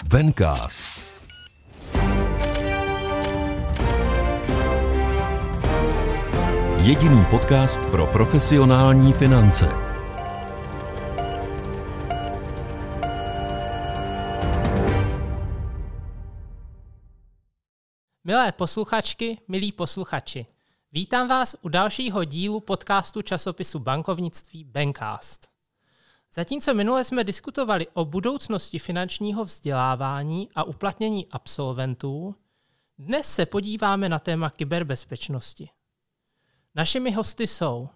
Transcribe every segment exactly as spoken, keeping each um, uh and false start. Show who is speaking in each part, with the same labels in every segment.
Speaker 1: Bencast. Jediný podcast pro profesionální finance.
Speaker 2: Milé posluchačky, milí posluchači, vítám vás u dalšího dílu podcastu časopisu bankovnictví Bencast. Zatímco minule jsme diskutovali o budoucnosti finančního vzdělávání a uplatnění absolventů, dnes se podíváme na téma kyberbezpečnosti. Našimi hosty jsou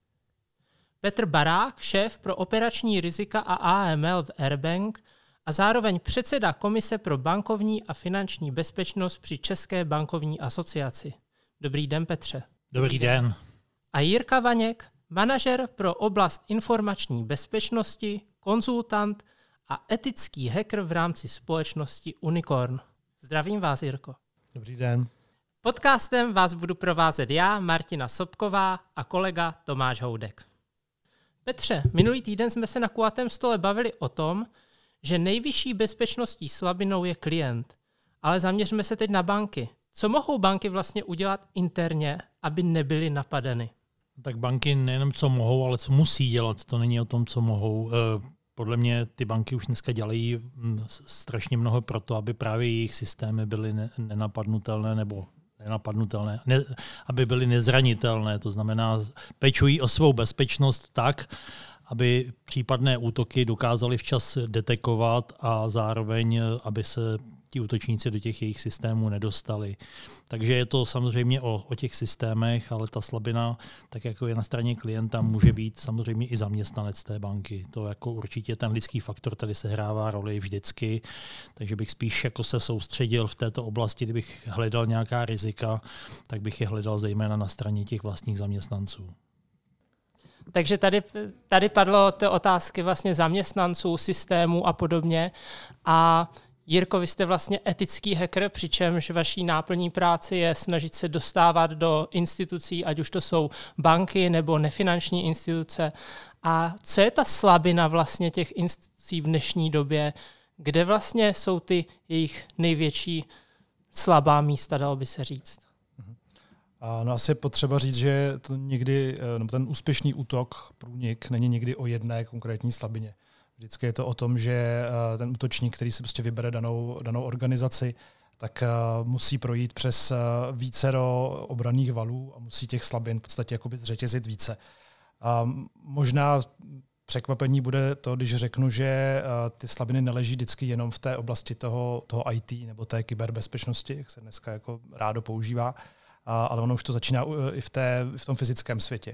Speaker 2: Petr Barák, šéf pro operační rizika a A M L v Airbank a zároveň předseda Komise pro bankovní a finanční bezpečnost při České bankovní asociaci. Dobrý den, Petře.
Speaker 3: Dobrý den.
Speaker 2: A Jirka Vaněk, manažer pro oblast informační bezpečnosti, konzultant a etický hacker v rámci společnosti Unicorn. Zdravím vás, Jirko.
Speaker 3: Dobrý den.
Speaker 2: Podcastem vás budu provázet já, Martina Sobková a kolega Tomáš Houdek. Petře, minulý týden jsme se na kulatém stole bavili o tom, že nejvyšší bezpečnostní slabinou je klient. Ale zaměřme se teď na banky. Co mohou banky vlastně udělat interně, aby nebyly napadeny?
Speaker 3: Tak banky nejenom co mohou, ale co musí dělat. To není o tom, co mohou. Podle mě ty banky už dneska dělají strašně mnoho pro to, aby právě jejich systémy byly nenapadnutelné nebo nenapadnutelné, ne, aby byly nezranitelné. To znamená, pečují o svou bezpečnost tak, aby případné útoky dokázali včas detekovat a zároveň, aby se ti útočníci do těch jejich systémů nedostali. Takže je to samozřejmě o, o těch systémech, ale ta slabina, tak jako je na straně klienta, může být samozřejmě i zaměstnanec té banky. To jako určitě ten lidský faktor tady sehrává roli vždycky, takže bych spíš jako se soustředil v této oblasti, kdybych hledal nějaká rizika, tak bych je hledal zejména na straně těch vlastních zaměstnanců.
Speaker 2: Takže tady, tady padlo ty otázky vlastně zaměstnanců, systému a podobně. A Jirko, vy jste vlastně etický hacker, přičemž vaší náplní práce je snažit se dostávat do institucí, ať už to jsou banky nebo nefinanční instituce. A co je ta slabina vlastně těch institucí v dnešní době, kde vlastně jsou ty jejich největší slabá místa, dalo by se říct?
Speaker 4: No asi je potřeba říct, že to někdy, no ten úspěšný útok, průnik, není nikdy o jedné konkrétní slabině. Vždycky je to o tom, že ten útočník, který si prostě vybere danou, danou organizaci, tak musí projít přes vícero obranných valů a musí těch slabin v podstatě jakoby zřetězit více. A možná překvapení bude to, když řeknu, že ty slabiny neleží vždycky jenom v té oblasti toho, toho I T nebo té kyberbezpečnosti, jak se dneska jako rádo používá, ale ono už to začíná i v, té, v tom fyzickém světě.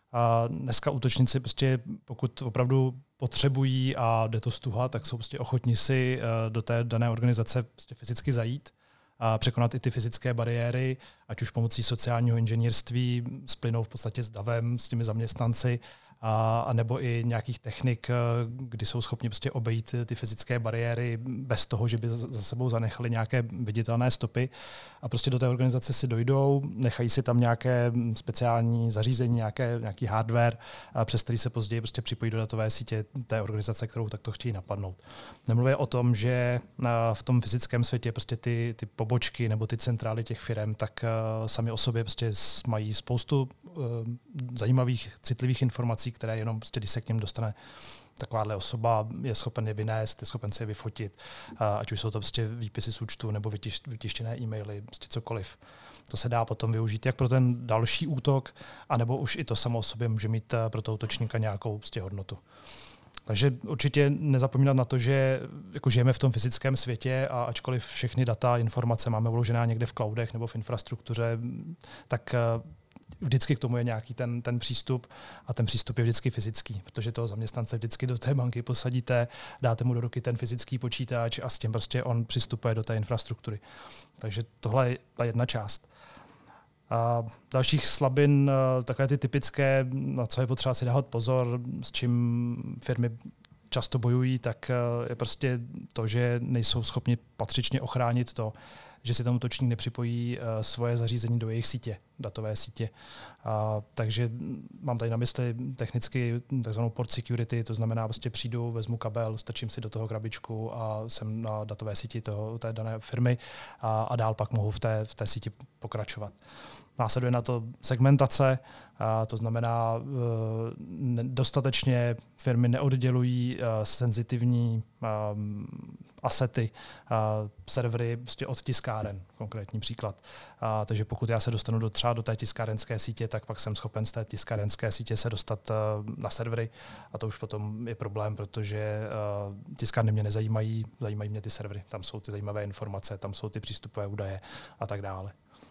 Speaker 4: A dneska útočníci, prostě, pokud opravdu potřebují a jde to stuha, tak jsou prostě ochotní si do té dané organizace prostě fyzicky zajít a překonat i ty fyzické bariéry, ať už pomocí sociálního inženýrství, splynou v podstatě s davem, s těmi zaměstnanci, a, a nebo i nějakých technik, kdy jsou schopni prostě obejít ty fyzické bariéry bez toho, že by za sebou zanechali nějaké viditelné stopy a prostě do té organizace si dojdou, nechají si tam nějaké speciální zařízení, nějaké, nějaký hardware, a přes který se později prostě připojí do datové sítě té organizace, kterou takto chtějí napadnout. Nemluvě o tom, že v tom fyzickém světě prostě ty, ty pobočky nebo ty centrály těch firem, tak sami o sobě prostě mají spoustu uh, zajímavých, citlivých informací, které jenom prostě, když se k něm dostane takováhle osoba, je schopen je vynést, je schopen se je vyfotit, ať už jsou to prostě výpisy z účtu nebo vytiš, vytištěné e-maily, prostě cokoliv. To se dá potom využít jak pro ten další útok, anebo už i to samo o sobě může mít pro toho útočníka nějakou prostě hodnotu. Takže určitě nezapomínat na to, že jako žijeme v tom fyzickém světě a ačkoliv všechny data, informace máme vložená někde v cloudech nebo v infrastruktuře, tak vždycky k tomu je nějaký ten, ten přístup a ten přístup je vždycky fyzický, protože toho zaměstnance vždycky do té banky posadíte, dáte mu do ruky ten fyzický počítač a s tím prostě on přistupuje do té infrastruktury. Takže tohle je ta jedna část. A dalších slabin, takové ty typické, na co je potřeba si dávat pozor, s čím firmy často bojují, tak je prostě to, že nejsou schopni patřičně ochránit to, že si tam útočník nepřipojí svoje zařízení do jejich sítě, datové sítě. A, takže mám tady na mysli technicky takzvanou port security, to znamená, prostě přijdu, vezmu kabel, strčím si do toho krabičku a jsem na datové síti toho, té dané firmy a, a dál pak mohu v té, v té síti pokračovat. Následuje na to segmentace, a to znamená, e, dostatečně firmy neoddělují e, senzitivní e, asety, e, servery prostě od tiskáren, konkrétní příklad. A, takže pokud já se dostanu do, třeba do té tiskárenské sítě, tak pak jsem schopen z té tiskárenské sítě se dostat e, na servery a to už potom je problém, protože e, tiskárny mě nezajímají, zajímají mě ty servery. Tam jsou ty zajímavé informace, tam jsou ty přístupové údaje a tak dále.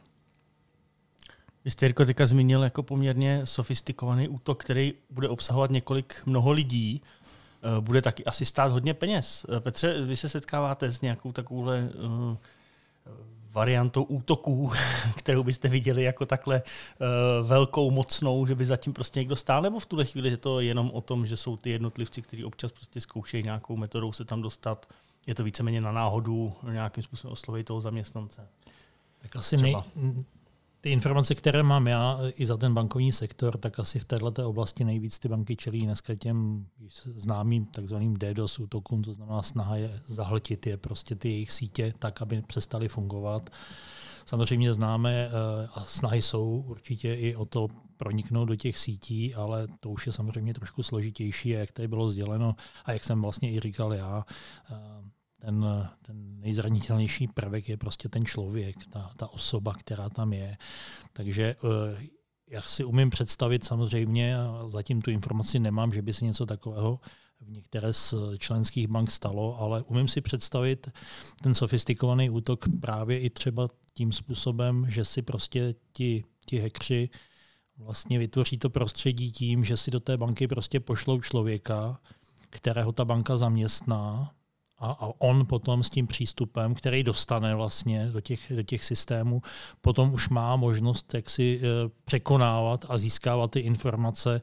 Speaker 5: Vy jste, Jirko, teďka zmínil jako poměrně sofistikovaný útok, který bude obsahovat několik mnoho lidí. Bude taky asi stát hodně peněz. Petře, vy se setkáváte s nějakou takovouhle uh, variantou útoků, kterou byste viděli jako takhle uh, velkou, mocnou, že by zatím prostě někdo stál, nebo v tuhle chvíli je to jenom o tom, že jsou ty jednotlivci, kteří občas prostě zkoušejí nějakou metodou se tam dostat. Je to víceméně na náhodu nějakým způsobem oslovit toho zaměstnance?
Speaker 3: Tak asi nej... Ty informace, které mám já i za ten bankovní sektor, tak asi v této oblasti nejvíc ty banky čelí dneska těm známým takzvaným DDoS útokům, to znamená snaha je zahltit je prostě ty jejich sítě tak, aby přestaly fungovat. Samozřejmě známe a snahy jsou určitě i o to proniknout do těch sítí, ale to už je samozřejmě trošku složitější, jak tady bylo sděleno a jak jsem vlastně i říkal já, Ten, ten nejzranitelnější prvek je prostě ten člověk, ta, ta osoba, která tam je. Takže já si umím představit samozřejmě, a zatím tu informaci nemám, že by se něco takového v některé z členských bank stalo, ale umím si představit ten sofistikovaný útok právě i třeba tím způsobem, že si prostě ti, ti hackři vlastně vytvoří to prostředí tím, že si do té banky prostě pošlou člověka, kterého ta banka zaměstná, A, a on potom s tím přístupem, který dostane vlastně do těch, do těch systémů, potom už má možnost jak si e, překonávat a získávat ty informace, e,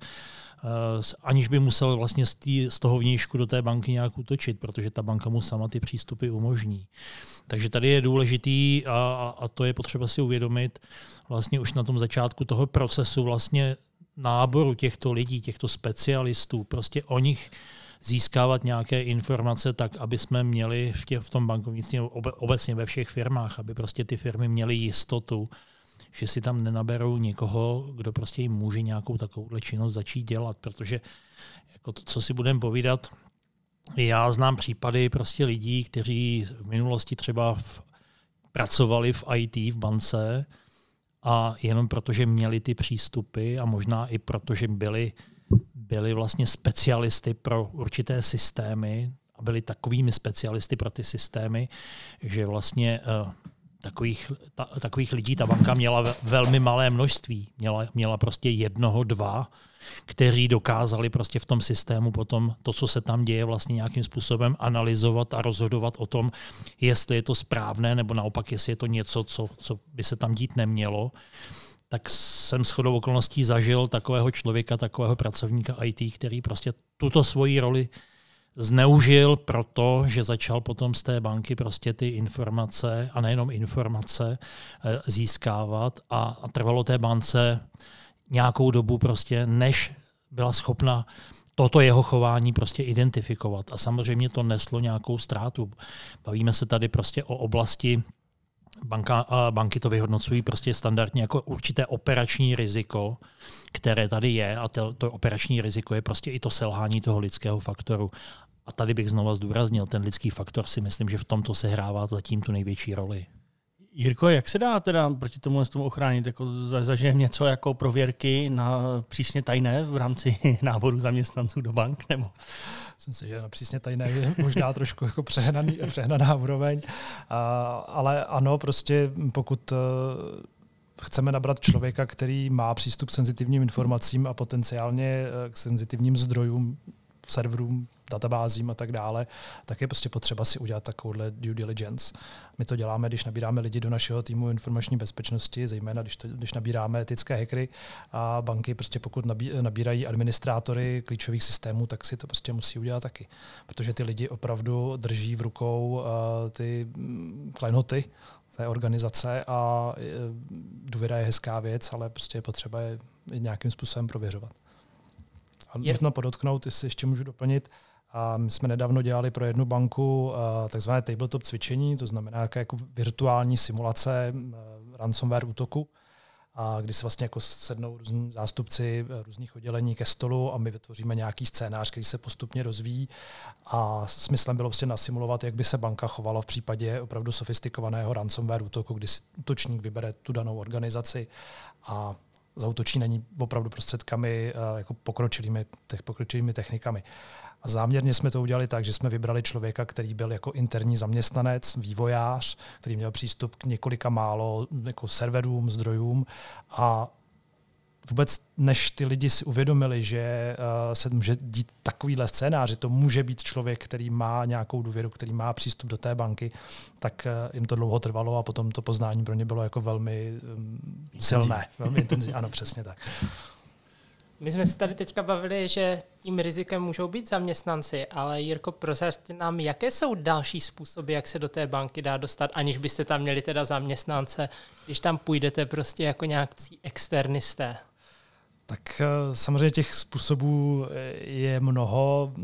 Speaker 3: aniž by musel vlastně z, tý, z toho vnějšku do té banky nějak útočit, protože ta banka mu sama ty přístupy umožní. Takže tady je důležitý a, a to je potřeba si uvědomit vlastně už na tom začátku toho procesu vlastně náboru těchto lidí, těchto specialistů, prostě o nich získávat nějaké informace tak, aby jsme měli v, tě, v tom bankovnictví obecně ve všech firmách, aby prostě ty firmy měly jistotu, že si tam nenaberou někoho, kdo prostě jim může nějakou takovouhle činnost začít dělat, protože jako to, co si budeme povídat, já znám případy prostě lidí, kteří v minulosti třeba v, pracovali v í té, v bance a jenom protože měli ty přístupy a možná i protože byli byli vlastně specialisty pro určité systémy a byli takovými specialisty pro ty systémy, že vlastně uh, takových, ta, takových lidí ta banka měla ve, velmi malé množství. Měla, měla prostě jednoho, dva, kteří dokázali prostě v tom systému potom to, co se tam děje, vlastně nějakým způsobem analyzovat a rozhodovat o tom, jestli je to správné, nebo naopak, jestli je to něco, co, co by se tam dít nemělo. Tak jsem shodou okolností zažil takového člověka, takového pracovníka í té, který prostě tuto svoji roli zneužil proto, že začal potom z té banky prostě ty informace, a nejenom informace, získávat a, a trvalo té bance nějakou dobu prostě, než byla schopna toto jeho chování prostě identifikovat. A samozřejmě to neslo nějakou ztrátu. Bavíme se tady prostě o oblasti, Banka, banky to vyhodnocují prostě standardně jako určité operační riziko, které tady je, a to, to operační riziko je prostě i to selhání toho lidského faktoru. A tady bych znova zdůraznil, ten lidský faktor si myslím, že v tomto sehrává zatím tu největší roli.
Speaker 5: Jirko, jak se dá teda proti tomu, tomu ochránit? Jako zažijeme něco jako prověrky na přísně tajné v rámci náboru zaměstnanců do bank? Nebo?
Speaker 4: Myslím si, že na přísně tajné je možná trošku jako přehnaný, přehnaná úroveň, a, ale ano, prostě pokud uh, chceme nabrat člověka, který má přístup k senzitivním informacím a potenciálně k senzitivním zdrojům, serverům, databázím a tak dále, tak je prostě potřeba si udělat takovouhle due diligence. My to děláme, když nabíráme lidi do našeho týmu informační bezpečnosti, zejména když, to, když nabíráme etické hackery a banky, prostě pokud nabí, nabírají administrátory klíčových systémů, tak si to prostě musí udělat taky. Protože ty lidi opravdu drží v rukou uh, ty klenoty, té organizace a důvěra je hezká věc, ale prostě je potřeba je nějakým způsobem prověřovat. A nutno podotknout, jestli ještě můžu doplnit, a my jsme nedávno dělali pro jednu banku takzvané tabletop cvičení, to znamená jaké jako virtuální simulace ransomware útoku, a kdy se vlastně jako sednou různí zástupci různých oddělení ke stolu a my vytvoříme nějaký scénář, který se postupně rozvíjí. A smyslem bylo prostě nasimulovat, jak by se banka chovala v případě opravdu sofistikovaného ransomware útoku, kdy si útočník vybere tu danou organizaci a zaútočí na ní opravdu prostředkami jako pokročilými, pokročilými technikami. A záměrně jsme to udělali tak, že jsme vybrali člověka, který byl jako interní zaměstnanec, vývojář, který měl přístup k několika málo jako serverům, zdrojům a vůbec než ty lidi si uvědomili, že uh, se může dít takovýhle scénář, že to může být člověk, který má nějakou důvěru, který má přístup do té banky, tak uh, jim to dlouho trvalo a potom to poznání pro ně bylo jako velmi um, silné. Velmi intenzivní, ano, přesně tak.
Speaker 2: My jsme se tady teďka bavili, že tím rizikem můžou být zaměstnanci, ale Jirko, prozraďte nám, jaké jsou další způsoby, jak se do té banky dá dostat, aniž byste tam měli teda zaměstnance, když tam půjdete prostě jako nějakí externisté.
Speaker 4: Tak samozřejmě těch způsobů je mnoho.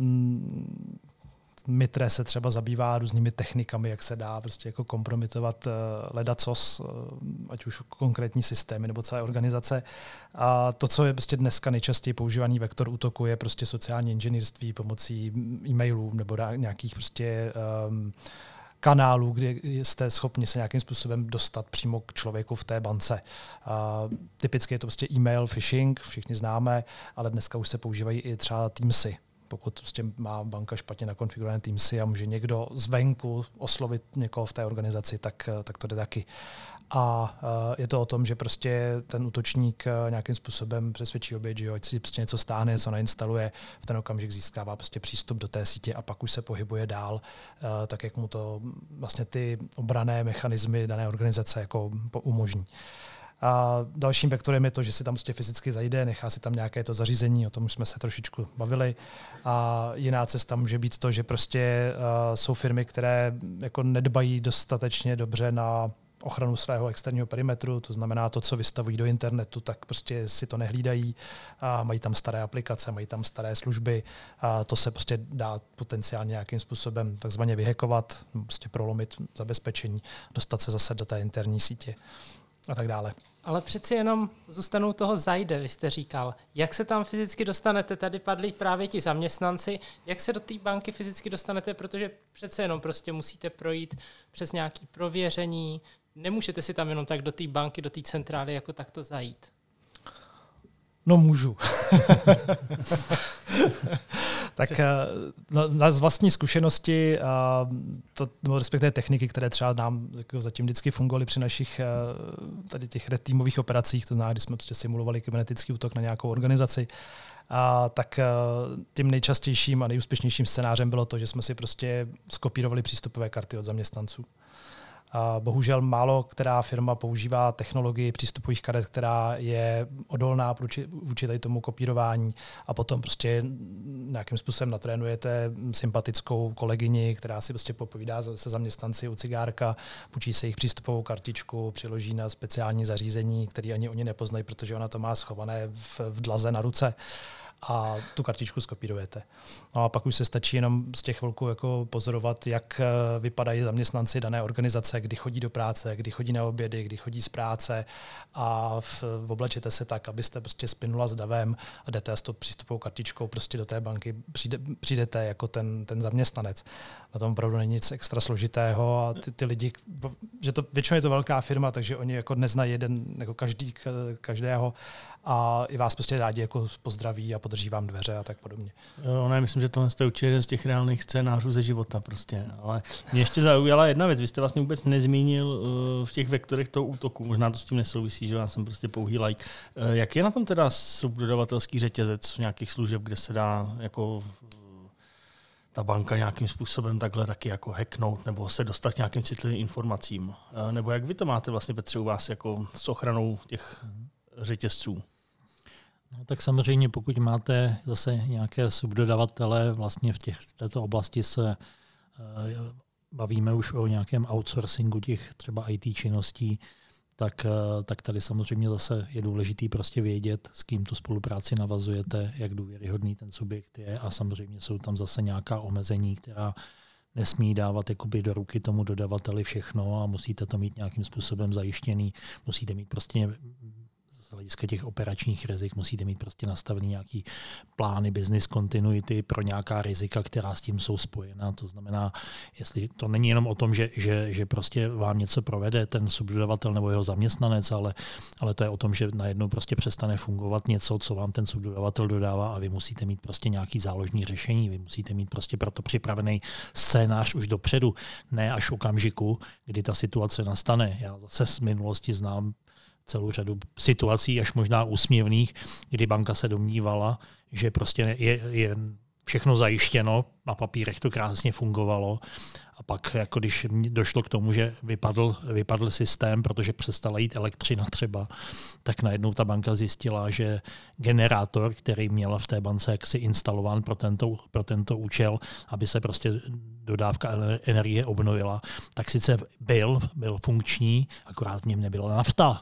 Speaker 4: Mitre se třeba zabývá různými technikami, jak se dá prostě jako kompromitovat ledacos, ať už konkrétní systémy nebo celé organizace. A to, co je prostě dneska nejčastěji používaný vektor útoku, je prostě sociální inženýrství pomocí e-mailů nebo nějakých prostě um, kanálů, kde jste schopni se nějakým způsobem dostat přímo k člověku v té bance. Uh, typicky je to prostě e-mail phishing, všichni známe, ale dneska už se používají i třeba Teamsy. Pokud prostě má banka špatně nakonfigurované Teamsy a může někdo zvenku oslovit někoho v té organizaci, tak, tak to jde taky. A uh, je to o tom, že prostě ten útočník uh, nějakým způsobem přesvědčí oběť, že jo, ať si prostě něco stáhne, něco nainstaluje, v ten okamžik získává prostě přístup do té sítě a pak už se pohybuje dál, uh, tak jak mu to vlastně ty obranné mechanismy dané organizace jako umožní. A dalším vektorem je to, že si tam prostě fyzicky zajde, nechá si tam nějaké to zařízení, o tom už jsme se trošičku bavili. A jiná cesta může být to, že prostě uh, jsou firmy, které jako nedbají dostatečně dobře na ochranu svého externího perimetru, to znamená to, co vystavují do internetu, tak prostě si to nehlídají a mají tam staré aplikace, mají tam staré služby a to se prostě dá potenciálně nějakým způsobem takzvaně vyhackovat, prostě prolomit zabezpečení, dostat se zase do té interní sítě a tak dále.
Speaker 2: Ale přeci jenom zůstanou toho zajde, vy jste říkal. Jak se tam fyzicky dostanete? Tady padli právě ti zaměstnanci. Jak se do té banky fyzicky dostanete? Protože přece jenom prostě musíte projít přes nějaké prověření. Nemůžete si tam jenom tak do té banky, do té centrály jako takto zajít.
Speaker 4: No můžu. Tak na, na z vlastní zkušenosti, a to, no, respektive techniky, které třeba nám jako zatím vždycky fungovaly při našich tady těch red týmových operacích, to znamená, když jsme prostě simulovali kybernetický útok na nějakou organizaci, a tak tím nejčastějším a nejúspěšnějším scénářem bylo to, že jsme si prostě skopírovali přístupové karty od zaměstnanců. A bohužel málo která firma používá technologii přístupových karet, která je odolná vůči tady tomu kopírování a potom prostě nějakým způsobem natrénujete sympatickou kolegyni, která si prostě popovídá se zaměstnanci u cigárka, půjčí se jich přístupovou kartičku, přiloží na speciální zařízení, které ani oni nepoznají, protože ona to má schované v, v dlaze na ruce. A tu kartičku skopírujete. No a pak už se stačí jenom z těch chvilku jako pozorovat, jak vypadají zaměstnanci dané organizace, kdy chodí do práce, kdy chodí na obědy, kdy chodí z práce a v, oblečete se tak, abyste prostě splynula s davem a jdete s tou přístupovou kartičkou prostě do té banky, přijde, přijdete jako ten, ten zaměstnanec. Na tom opravdu není nic extra složitého a ty, ty lidi, že to většinou je to velká firma, takže oni jako neznají jeden, jako každý, každého a i vás prostě rádi jako pozdraví a podrží vám dveře a tak podobně.
Speaker 5: Jo, ne, myslím, že tohle je určitě jeden z těch reálných scénářů ze života prostě. Ale mě ještě zaujala jedna věc. Vy jste vlastně vůbec nezmínil uh, v těch vektorech toho útoku. Možná to s tím nesouvisí, že já jsem prostě pouhý like. Uh, jak je na tom teda subdodavatelský řetězec nějakých služeb, kde se dá jako uh, ta banka nějakým způsobem takhle taky jako hacknout nebo se dostat k nějakým citlivým informacím? Uh, nebo jak vy to máte vlastně, Petře, u vás jako s ochranou těch řetězců?
Speaker 3: No, tak samozřejmě, pokud máte zase nějaké subdodavatele, vlastně v, těch, v této oblasti se uh, bavíme už o nějakém outsourcingu těch třeba í té činností, tak, tak tady samozřejmě zase je důležitý prostě vědět, s kým tu spolupráci navazujete, jak důvěryhodný ten subjekt je a samozřejmě jsou tam zase nějaká omezení, která nesmí dávat jakoby do ruky tomu dodavateli všechno a musíte to mít nějakým způsobem zajištěný, musíte mít prostě z hlediska těch operačních rizik musíte mít prostě nastavený nějaký plány business continuity pro nějaká rizika, která s tím jsou spojená. To znamená, jestli to není jenom o tom, že, že, že prostě vám něco provede ten subdodavatel nebo jeho zaměstnanec, ale, ale to je o tom, že najednou prostě přestane fungovat něco, co vám ten subdodavatel dodává a vy musíte mít prostě nějaký záložní řešení, vy musíte mít prostě proto připravený scénář už dopředu, ne až v okamžiku, kdy ta situace nastane. Já zase z minulosti znám celou řadu situací, až možná úsměvných, kdy banka se domnívala, že prostě je, je všechno zajištěno, na papírech to krásně fungovalo a pak, jako když došlo k tomu, že vypadl, vypadl systém, protože přestala jít elektřina třeba, tak najednou ta banka zjistila, že generátor, který měla v té bance jaksi instalován pro tento, pro tento účel, aby se prostě dodávka energie obnovila, tak sice byl, byl funkční, akorát v něm nebyla nafta.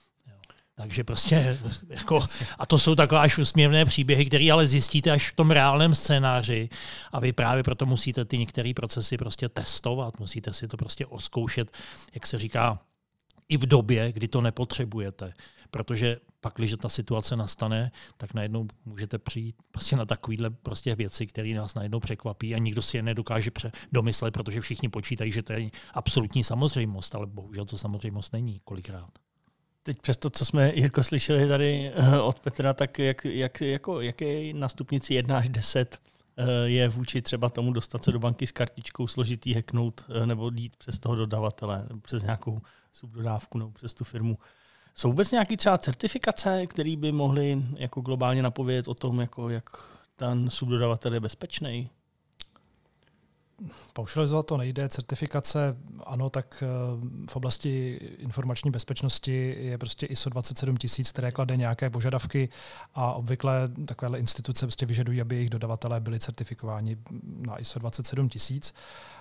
Speaker 3: Takže prostě, jako, a to jsou takové až úsměvné příběhy, které ale zjistíte až v tom reálném scénáři a vy právě proto musíte ty některé procesy prostě testovat, musíte si to prostě odzkoušet, jak se říká, i v době, kdy to nepotřebujete. Protože pak, když ta situace nastane, tak najednou můžete přijít prostě na takovéhle prostě věci, které nás najednou překvapí a nikdo si je nedokáže domyslet, protože všichni počítají, že to je absolutní samozřejmost, ale bohužel to samozřejmost není kolikrát.
Speaker 5: Teď přes to, co jsme jako slyšeli tady od Petra, tak jak, jak, jako, jaké na stupnici jedna až deset je vůči třeba tomu dostat se do banky s kartičkou složitý hacknout nebo jít přes toho dodavatele, nebo přes nějakou subdodávku nebo přes tu firmu. Jsou vůbec nějaké třeba certifikace, které by mohly jako globálně napovědět o tom, jako, jak ten subdodavatel je bezpečný?
Speaker 4: Paušalizovat to nejde, certifikace ano, tak v oblasti informační bezpečnosti je prostě I S O dvacet sedm tisíc, které klade nějaké požadavky a obvykle takovéhle instituce prostě vyžadují, aby jejich dodavatelé byli certifikováni na I S O dvacet sedm tisíc.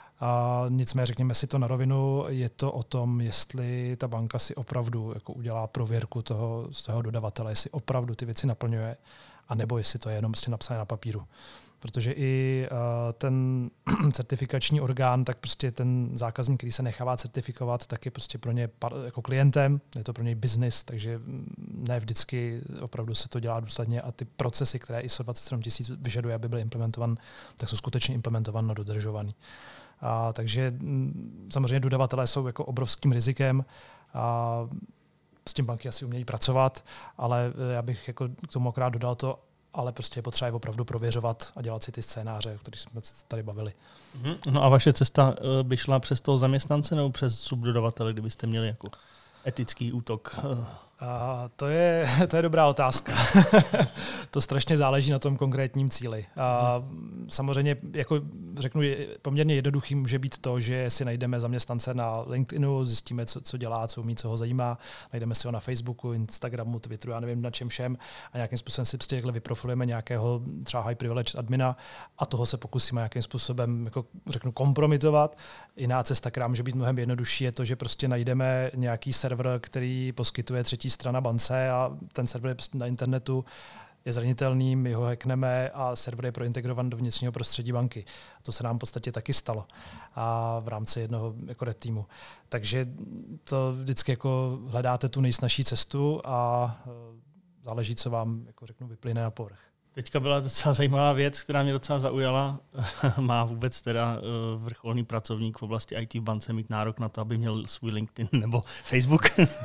Speaker 4: A nicméně řekněme si to na rovinu, je to o tom, jestli ta banka si opravdu jako udělá prověrku toho, z toho dodavatele, jestli opravdu ty věci naplňuje, anebo jestli to je jenom prostě napsané na papíru. Protože i uh, ten certifikační orgán, tak prostě ten zákazník, který se nechává certifikovat, tak je prostě pro ně jako klientem, je to pro něj business, takže ne vždycky opravdu se to dělá důsledně a ty procesy, které I S O dvacet sedm tisíc vyžaduje, aby byly implementovan, tak jsou skutečně implementované a dodržovaný. A takže samozřejmě dodavatelé jsou jako obrovským rizikem a s tím banky asi umějí pracovat, ale já bych jako k tomu akorát dodal to, ale prostě je potřeba je opravdu prověřovat a dělat si ty scénáře, o kterých jsme tady bavili.
Speaker 5: No a vaše cesta by šla přes toho zaměstnance nebo přes subdodavatele, kdybyste měli jako etický útok?
Speaker 4: A to je, to je dobrá otázka. To strašně záleží na tom konkrétním cíli. A samozřejmě, jako řeknu, poměrně jednoduchý může být to, že si najdeme zaměstnance na LinkedInu, zjistíme, co, co dělá, co umí, co ho zajímá, najdeme si ho na Facebooku, Instagramu, Twitteru, já nevím na čem všem a nějakým způsobem si prostě takhle vyprofilujeme nějakého třeba high privilege admina a toho se pokusíme nějakým způsobem, jako řeknu, kompromitovat. Jiná cesta, která může být mnohem jednodušší, je to, že prostě najdeme nějaký server, který poskytuje třetí strana bance a ten server je na internetu, je zranitelný, my ho hackneme a server je prointegrovan do vnitřního prostředí banky. To se nám v podstatě taky stalo a v rámci jednoho jako red týmu. Takže to vždycky jako hledáte tu nejsnažší cestu a záleží, co vám jako řeknu, vyplyne na povrch.
Speaker 5: Teďka byla docela zajímavá věc, která mě docela zaujala. Má vůbec teda vrcholný pracovník v oblasti í té v bance mít nárok na to, aby měl svůj LinkedIn nebo Facebook?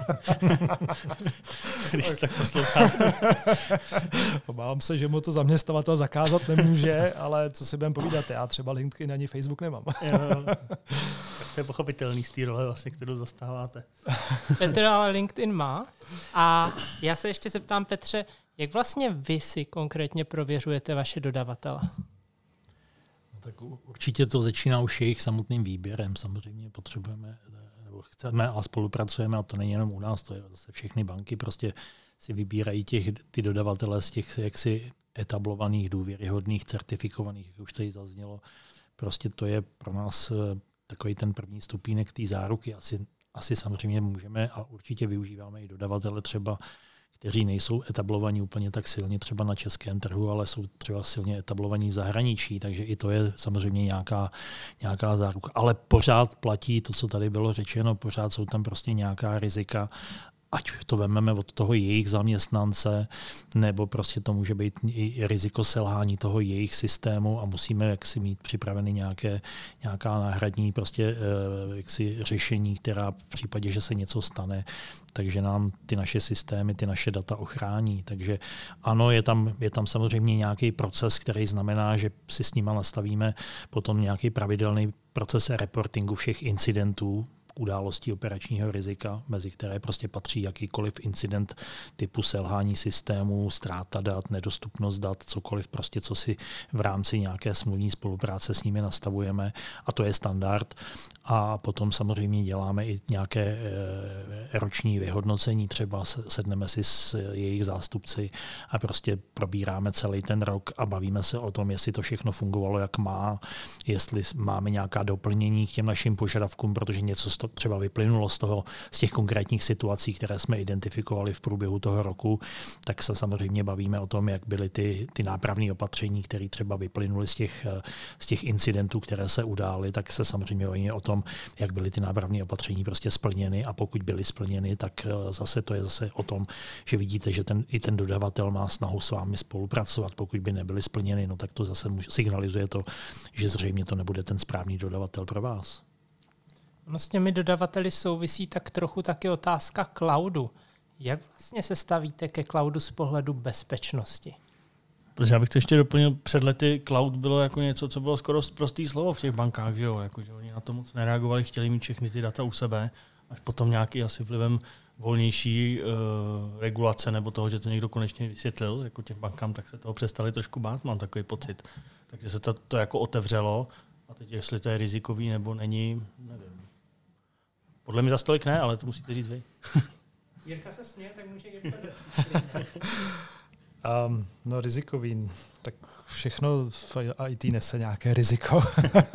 Speaker 5: Když se tak posloucháte.
Speaker 4: Obávám se, že mu to zaměstnavatel zakázat nemůže, ale co si budeme povídat, já třeba LinkedIn ani Facebook nemám.
Speaker 5: Jo, tak to je pochopitelný z té role, vlastně, kterou zastáváte.
Speaker 2: Petr ale LinkedIn má a já se ještě zeptám, Petře, jak vlastně vy si konkrétně prověřujete vaše dodavatele?
Speaker 3: No, tak určitě to začíná už jejich samotným výběrem. Samozřejmě potřebujeme, nebo chceme a spolupracujeme, a to není jenom u nás, to je zase všechny banky, prostě si vybírají těch, ty dodavatele z těch jaksi etablovaných, důvěryhodných, certifikovaných, jak už tady zaznělo. Prostě to je pro nás takový ten první stupínek té záruky. Asi, asi samozřejmě můžeme a určitě využíváme i dodavatele třeba, kteří nejsou etablovaní úplně tak silně třeba na českém trhu, ale jsou třeba silně etablovaní v zahraničí, takže i to je samozřejmě nějaká, nějaká záruka. Ale pořád platí to, co tady bylo řečeno, pořád jsou tam prostě nějaká rizika, ať to vememe od toho jejich zaměstnance, nebo prostě to může být i riziko selhání toho jejich systému a musíme jaksi mít připraveny nějaké, nějaká náhradní prostě jaksi řešení, která v případě, že se něco stane, takže nám ty naše systémy, ty naše data ochrání. Takže ano, je tam, je tam samozřejmě nějaký proces, který znamená, že si s nima nastavíme potom nějaký pravidelný proces reportingu všech incidentů, událostí operačního rizika, mezi které prostě patří jakýkoliv incident typu selhání systému, ztráta dat, nedostupnost dat, cokoliv prostě, co si v rámci nějaké smluvní spolupráce s nimi nastavujeme, a to je standard. A potom samozřejmě děláme i nějaké e, roční vyhodnocení, třeba sedneme si s jejich zástupci a prostě probíráme celý ten rok a bavíme se o tom, jestli to všechno fungovalo, jak má, jestli máme nějaká doplnění k těm našim požadavkům, protože něco z toho třeba vyplynulo z toho, z těch konkrétních situací, které jsme identifikovali v průběhu toho roku, tak se samozřejmě bavíme o tom, jak byly ty, ty nápravné opatření, které třeba vyplynuly z těch, z těch incidentů, které se udály, tak se samozřejmě bavíme o tom, jak byly ty nápravné opatření prostě splněny, a pokud byly splněny, tak zase to je zase o tom, že vidíte, že ten, i ten dodavatel má snahu s vámi spolupracovat. Pokud by nebyly splněny, no tak to zase signalizuje to, že zřejmě to nebude ten správný dodavatel pro vás.
Speaker 2: No, s těmi dodavateli souvisí tak trochu taky otázka cloudu. Jak vlastně se stavíte ke cloudu z pohledu bezpečnosti?
Speaker 5: Protože já bych to ještě doplnil, před lety cloud bylo jako něco, co bylo skoro prostý slovo v těch bankách, že jo? Jako, že oni na to moc nereagovali, chtěli mít všechny ty data u sebe, až potom nějaký asi vlivem volnější uh, regulace nebo toho, že to někdo konečně vysvětlil jako těm bankám, tak se toho přestali trošku bát, mám takový pocit. Takže se to, to jako otevřelo a teď jestli to je rizikový nebo není, nevím. Podle mě za stolik ne, ale to musíte říct vy.
Speaker 2: Jirka se směje, tak může Jirka.
Speaker 4: um, no rizikový, tak všechno v í té nese nějaké riziko.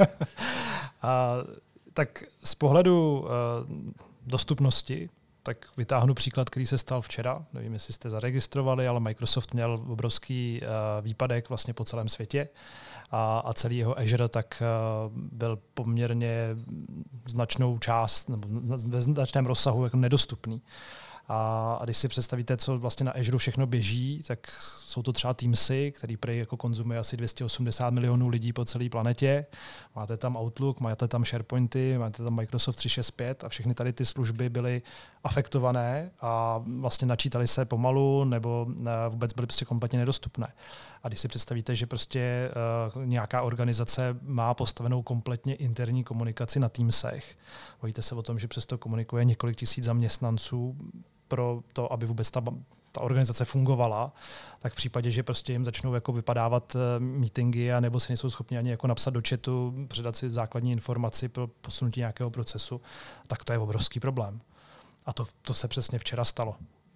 Speaker 4: A, tak z pohledu uh, dostupnosti, tak vytáhnu příklad, který se stal včera. Nevím, jestli jste zaregistrovali, ale Microsoft měl obrovský uh, výpadek vlastně po celém světě. A, a celý jeho Azure tak uh, byl poměrně značnou část, nebo ve značném rozsahu jako nedostupný. A, a když si představíte, co vlastně na Azure všechno běží, tak jsou to třeba Teamsy, který prej jako konzumuje asi dvě stě osmdesát milionů lidí po celé planetě. Máte tam Outlook, máte tam SharePointy, máte tam Microsoft tři šest pět a všechny tady ty služby byly afektované a vlastně načítaly se pomalu nebo vůbec byly prostě kompletně nedostupné. A když si představíte, že prostě uh, nějaká organizace má postavenou kompletně interní komunikaci na Teamsech, bojíte se o tom, že přesto komunikuje několik tisíc zaměstnanců pro to, aby vůbec ta, ta organizace fungovala, tak v případě, že prostě jim začnou jako vypadávat uh, meetingy a nebo si nejsou schopni ani jako napsat do chatu, předat si základní informaci pro posunutí nějakého procesu, tak to je obrovský problém. A to, to se přesně včera stalo.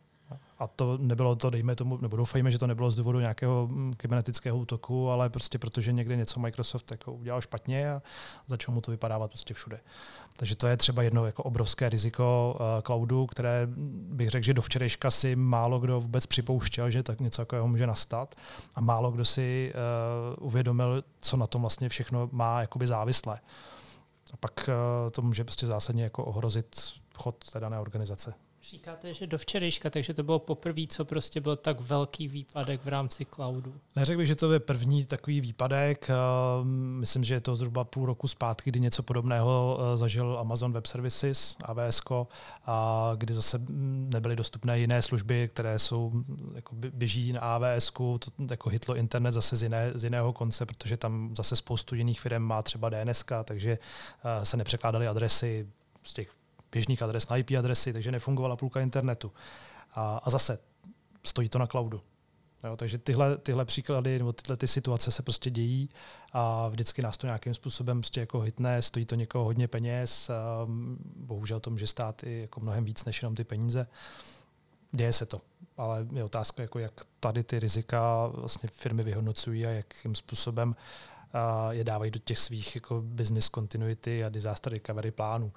Speaker 4: A to nebylo to, dejme tomu, nebo doufejme, že to nebylo z důvodu nějakého kybernetického útoku, ale prostě protože někde něco Microsoft jako udělal špatně a začalo mu to vypadávat prostě všude. Takže to je třeba jedno jako obrovské riziko uh, cloudu, které bych řekl, že do včerejška si málo kdo vůbec připouštěl, že tak něco takového může nastat a málo kdo si uh, uvědomil, co na tom vlastně všechno má jakoby závislé. A pak uh, to může prostě zásadně jako ohrozit chod té dané organizace.
Speaker 2: Říkáte, že do včerejška, takže to bylo poprvé, co prostě byl tak velký výpadek v rámci cloudu.
Speaker 4: Neřekl bych, že to je první takový výpadek. Myslím, že je to zhruba půl roku zpátky, kdy něco podobného zažil Amazon Web Services, A W S, a kdy zase nebyly dostupné jiné služby, které jsou, jako běží na A W S, to jako hitlo internet zase z, jiné, z jiného konce, protože tam zase spoustu jiných firm má třeba D N S, takže se nepřekládaly adresy z těch běžných adres na I P adresy, takže nefungovala půlka internetu. A, a zase stojí to na cloudu. Jo, takže tyhle, tyhle příklady nebo tyhle ty situace se prostě dějí a vždycky nás to nějakým způsobem prostě jako hitne, stojí to někoho hodně peněz, a bohužel to může stát i jako mnohem víc než jenom ty peníze. Děje se to, ale je otázka, jako jak tady ty rizika vlastně firmy vyhodnocují a jakým způsobem a je dávají do těch svých jako business continuity a disaster recovery plánů.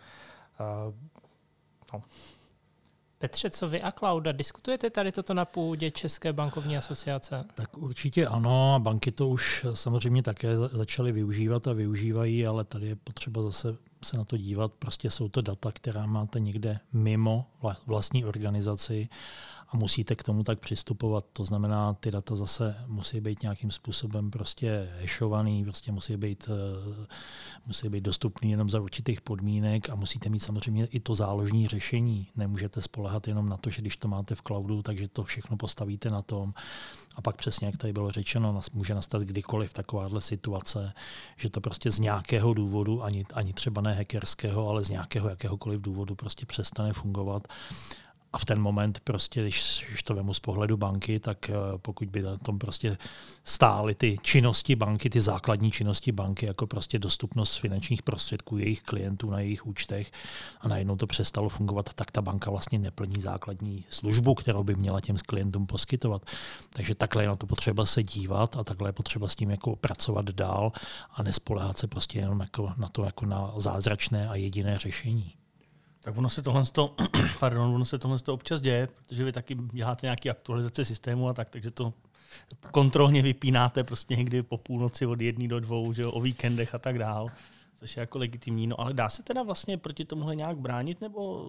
Speaker 4: No.
Speaker 2: Petře, co vy a Klauda, diskutujete tady toto na půdě České bankovní asociace?
Speaker 3: Tak určitě ano, banky to už samozřejmě také začaly využívat a využívají, ale tady je potřeba zase se na to dívat. Prostě jsou to data, která máte někde mimo vlastní organizaci a musíte k tomu tak přistupovat. To znamená, ty data zase musí být nějakým způsobem prostě hashovaný, prostě musí být, musí být dostupný jenom za určitých podmínek a musíte mít samozřejmě i to záložní řešení. Nemůžete spoléhat jenom na to, že když to máte v cloudu, takže to všechno postavíte na tom. A pak přesně, jak tady bylo řečeno, může nastat kdykoliv takováhle situace, že to prostě z nějakého důvodu, ani, ani třeba ne hackerského, ale z nějakého jakéhokoliv důvodu prostě přestane fungovat. A v ten moment prostě, když, když to vemu z pohledu banky, tak pokud by na tom prostě stály ty činnosti banky, ty základní činnosti banky, jako prostě dostupnost finančních prostředků jejich klientů na jejich účtech a najednou to přestalo fungovat, tak ta banka vlastně neplní základní službu, kterou by měla těm klientům poskytovat. Takže takhle je na to potřeba se dívat a takhle je potřeba s tím jako pracovat dál a nespoléhat se prostě jenom jako na to jako na zázračné a jediné řešení.
Speaker 5: Tak ono se tohle, pardon, ono se tohle občas děje, protože vy taky děláte nějaké aktualizace systému a tak, takže to kontrolně vypínáte prostě někdy po půlnoci od jedné do dvou, že jo, o víkendech a tak dál, což je jako legitimní. No ale dá se teda vlastně proti tomuhle nějak bránit, nebo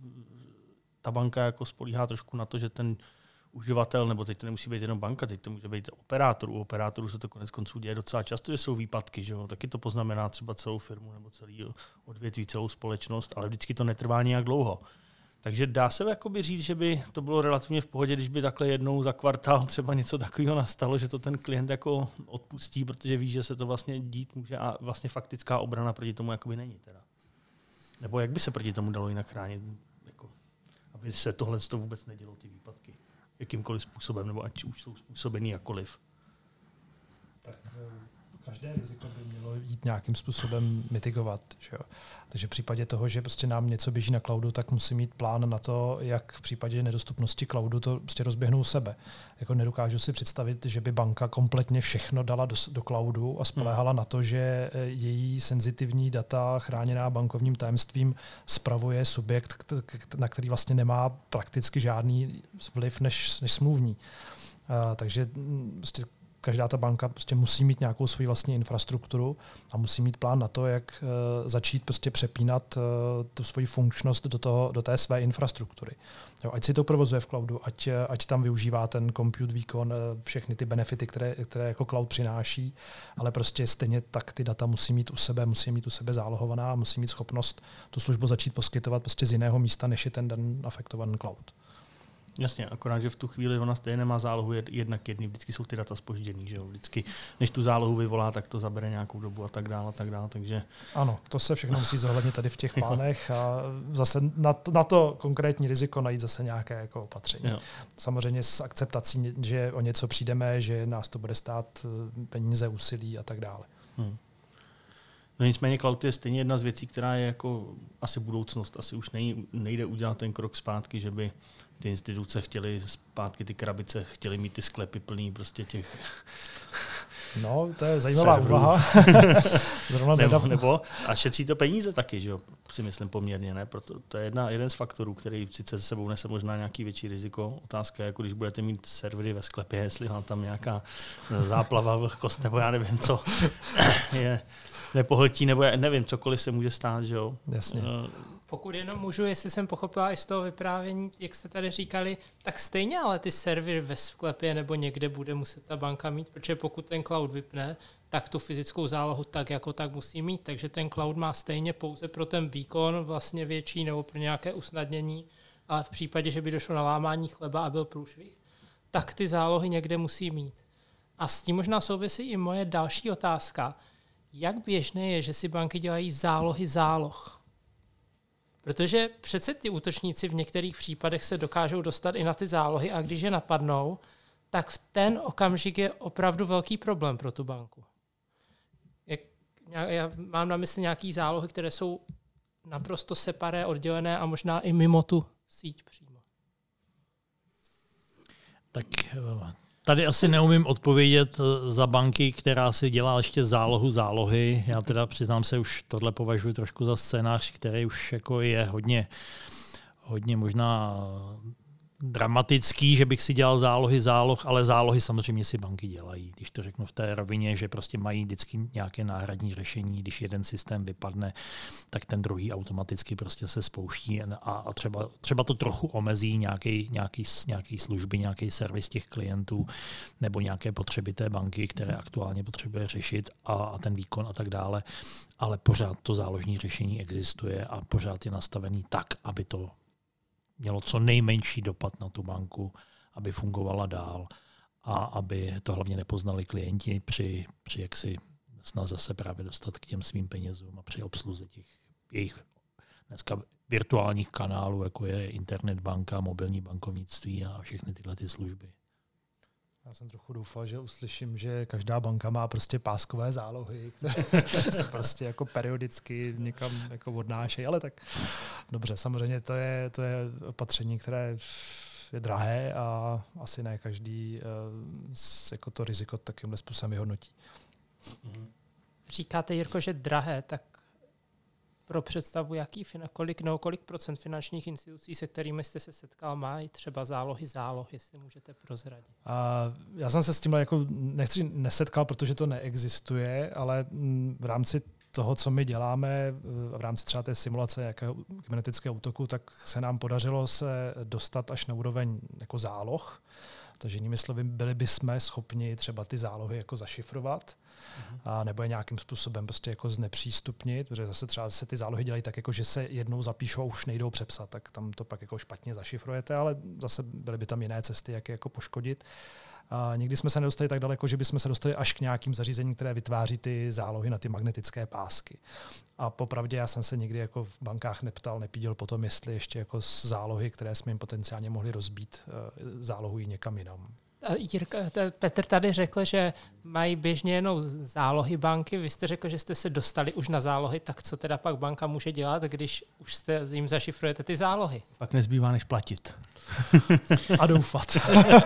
Speaker 5: ta banka jako spolíhá trošku na to, že ten uživatel, nebo teď to nemusí být jenom banka, teď to může být operátor. U operátorů se to konec konců děje docela často, že jsou výpadky, že jo? Taky to poznamená třeba celou firmu nebo celý odvětví, celou společnost, ale vždycky to netrvá nějak dlouho. Takže dá se jakoby říct, že by to bylo relativně v pohodě, když by takhle jednou za kvartál třeba něco takového nastalo, že to ten klient jako odpustí, protože ví, že se to vlastně dít může a vlastně faktická obrana proti tomu jakoby není teda. Nebo jak by se proti tomu dalo jinak chránit, jako, aby se tohle to vůbec nedělo, ty výpadky jakýmkoliv způsobem, nebo ať už jsou způsobený jakkoliv.
Speaker 4: Tak každé riziko by mělo jít nějakým způsobem mitigovat. Že jo? Takže v případě toho, že prostě nám něco běží na cloudu, tak musí mít plán na to, jak v případě nedostupnosti cloudu to prostě rozběhnou sebe. Jako nedokážu si představit, že by banka kompletně všechno dala do, do cloudu a spoléhala hmm. na to, že její senzitivní data chráněná bankovním tajemstvím spravuje subjekt, na který vlastně nemá prakticky žádný vliv než, než smluvní. Uh, takže prostě každá ta banka prostě musí mít nějakou svoji vlastní infrastrukturu a musí mít plán na to, jak uh, začít prostě přepínat uh, tu svoji funkčnost do, toho, do té své infrastruktury. Jo, ať si to provozuje v cloudu, ať, ať tam využívá ten compute výkon, uh, všechny ty benefity, které, které jako cloud přináší, ale prostě stejně tak ty data musí mít u sebe, musí mít u sebe zálohovaná a musí mít schopnost tu službu začít poskytovat prostě z jiného místa, než je ten den afektovaný cloud.
Speaker 5: Jasně, akorát, že v tu chvíli ona stejně nemá zálohu jednak jedný, vždycky jsou ty data zpožděný, že jo, vždycky, než tu zálohu vyvolá, tak to zabere nějakou dobu a tak dále, a tak dále, takže...
Speaker 4: Ano, to se všechno musí zohlednit tady v těch plánech a zase na to, na to konkrétní riziko najít zase nějaké jako opatření. Jo. Samozřejmě s akceptací, že o něco přijdeme, že nás to bude stát peníze, úsilí a tak dále. Hmm.
Speaker 5: No nicméně cloud je stejně jedna z věcí, která je jako asi budoucnost. Asi už nej, nejde udělat ten krok zpátky, že by ty instituce chtěly zpátky ty krabice, chtěly mít ty sklepy plný prostě těch...
Speaker 4: No, to je zajímavá úvaha.
Speaker 5: nebo, nebo, a šetří to peníze taky, že jo, si myslím poměrně, ne? Proto to je jedna, jeden z faktorů, který sice se sebou nese možná nějaký větší riziko. Otázka je, jako když budete mít servery ve sklepě, jestli vám tam nějaká záplava, vlhkost, nebo já nevím co je... nepohltí, nebo já nevím, cokoliv se může stát, že jo.
Speaker 4: Jasně. Uh,
Speaker 2: Pokud jenom můžu, jestli jsem pochopila i z toho vyprávění, jak jste tady říkali, tak stejně ale ty servery ve sklepě nebo někde bude muset ta banka mít, protože pokud ten cloud vypne, tak tu fyzickou zálohu tak jako tak musí mít, takže ten cloud má stejně pouze pro ten výkon vlastně větší nebo pro nějaké usnadnění, ale v případě, že by došlo na lámání chleba a byl průšvih, tak ty zálohy někde musí mít. A s tím možná souvisí i moje další otázka. Jak běžné je, že si banky dělají zálohy záloh? Protože přece ty útočníci v některých případech se dokážou dostat i na ty zálohy a když je napadnou, tak v ten okamžik je opravdu velký problém pro tu banku. Jak, já mám na mysli nějaké zálohy, které jsou naprosto separé, oddělené a možná i mimo tu síť přímo.
Speaker 3: Tak Tady asi neumím odpovědět za banky, která si dělá ještě zálohu zálohy. Já teda přiznám se, už tohle považuji trošku za scénář, který už jako je hodně, hodně možná dramatický, že bych si dělal zálohy záloh, ale zálohy samozřejmě si banky dělají. Když to řeknu v té rovině, že prostě mají vždycky nějaké náhradní řešení, když jeden systém vypadne, tak ten druhý automaticky prostě se spouští a, a třeba, třeba to trochu omezí nějaký, nějaký, nějaký služby, nějaký servis těch klientů nebo nějaké potřeby té banky, které aktuálně potřebuje řešit a, a ten výkon a tak dále. Ale pořád to záložní řešení existuje a pořád je nastavený tak, aby to mělo co nejmenší dopad na tu banku, aby fungovala dál a aby to hlavně nepoznali klienti při, při jaksi snaze se právě dostat k těm svým penězům a při obsluze těch jejich dneska virtuálních kanálů, jako je internet banka, mobilní bankovnictví a všechny tyhle ty služby.
Speaker 4: Já jsem trochu doufal, že uslyším, že každá banka má prostě páskové zálohy, které se prostě jako periodicky někam jako odnášejí, ale tak dobře, samozřejmě to je, to je opatření, které je drahé a asi ne každý jako to riziko takýmhle způsobem vyhodnotí.
Speaker 2: Říkáte, Jirko, že drahé, tak pro představu, jaký, kolik, no, kolik procent finančních institucí, se kterými jste se setkal, mají třeba zálohy záloh, jestli můžete prozradit?
Speaker 4: A já jsem se s tímhle jako nechci nesetkal, protože to neexistuje, ale v rámci toho, co my děláme, v rámci třeba té simulace nějakého kybernetického útoku, tak se nám podařilo se dostat až na úroveň jako záloh. Takže jinými slovy, byli bychom schopni třeba ty zálohy jako zašifrovat, uh-huh. a nebo je nějakým způsobem prostě jako znepřístupnit, protože zase třeba se ty zálohy dělají tak, jako že se jednou zapíšou a už nejdou přepsat, tak tam to pak jako špatně zašifrujete, ale zase byly by tam jiné cesty, jak je jako poškodit. A nikdy jsme se nedostali tak daleko, že bychom se dostali až k nějakým zařízením, které vytváří ty zálohy na ty magnetické pásky. A popravdě já jsem se nikdy jako v bankách neptal, nepíděl potom, jestli ještě jako z zálohy, které jsme jim potenciálně mohli rozbít, zálohují někam jinam.
Speaker 2: Jirka, Petr tady řekl, že mají běžně jenom zálohy banky. Vy jste řekl, že jste se dostali už na zálohy, tak co teda pak banka může dělat, když už jste jim zašifrujete ty zálohy?
Speaker 5: Pak nezbývá než platit.
Speaker 4: A doufat.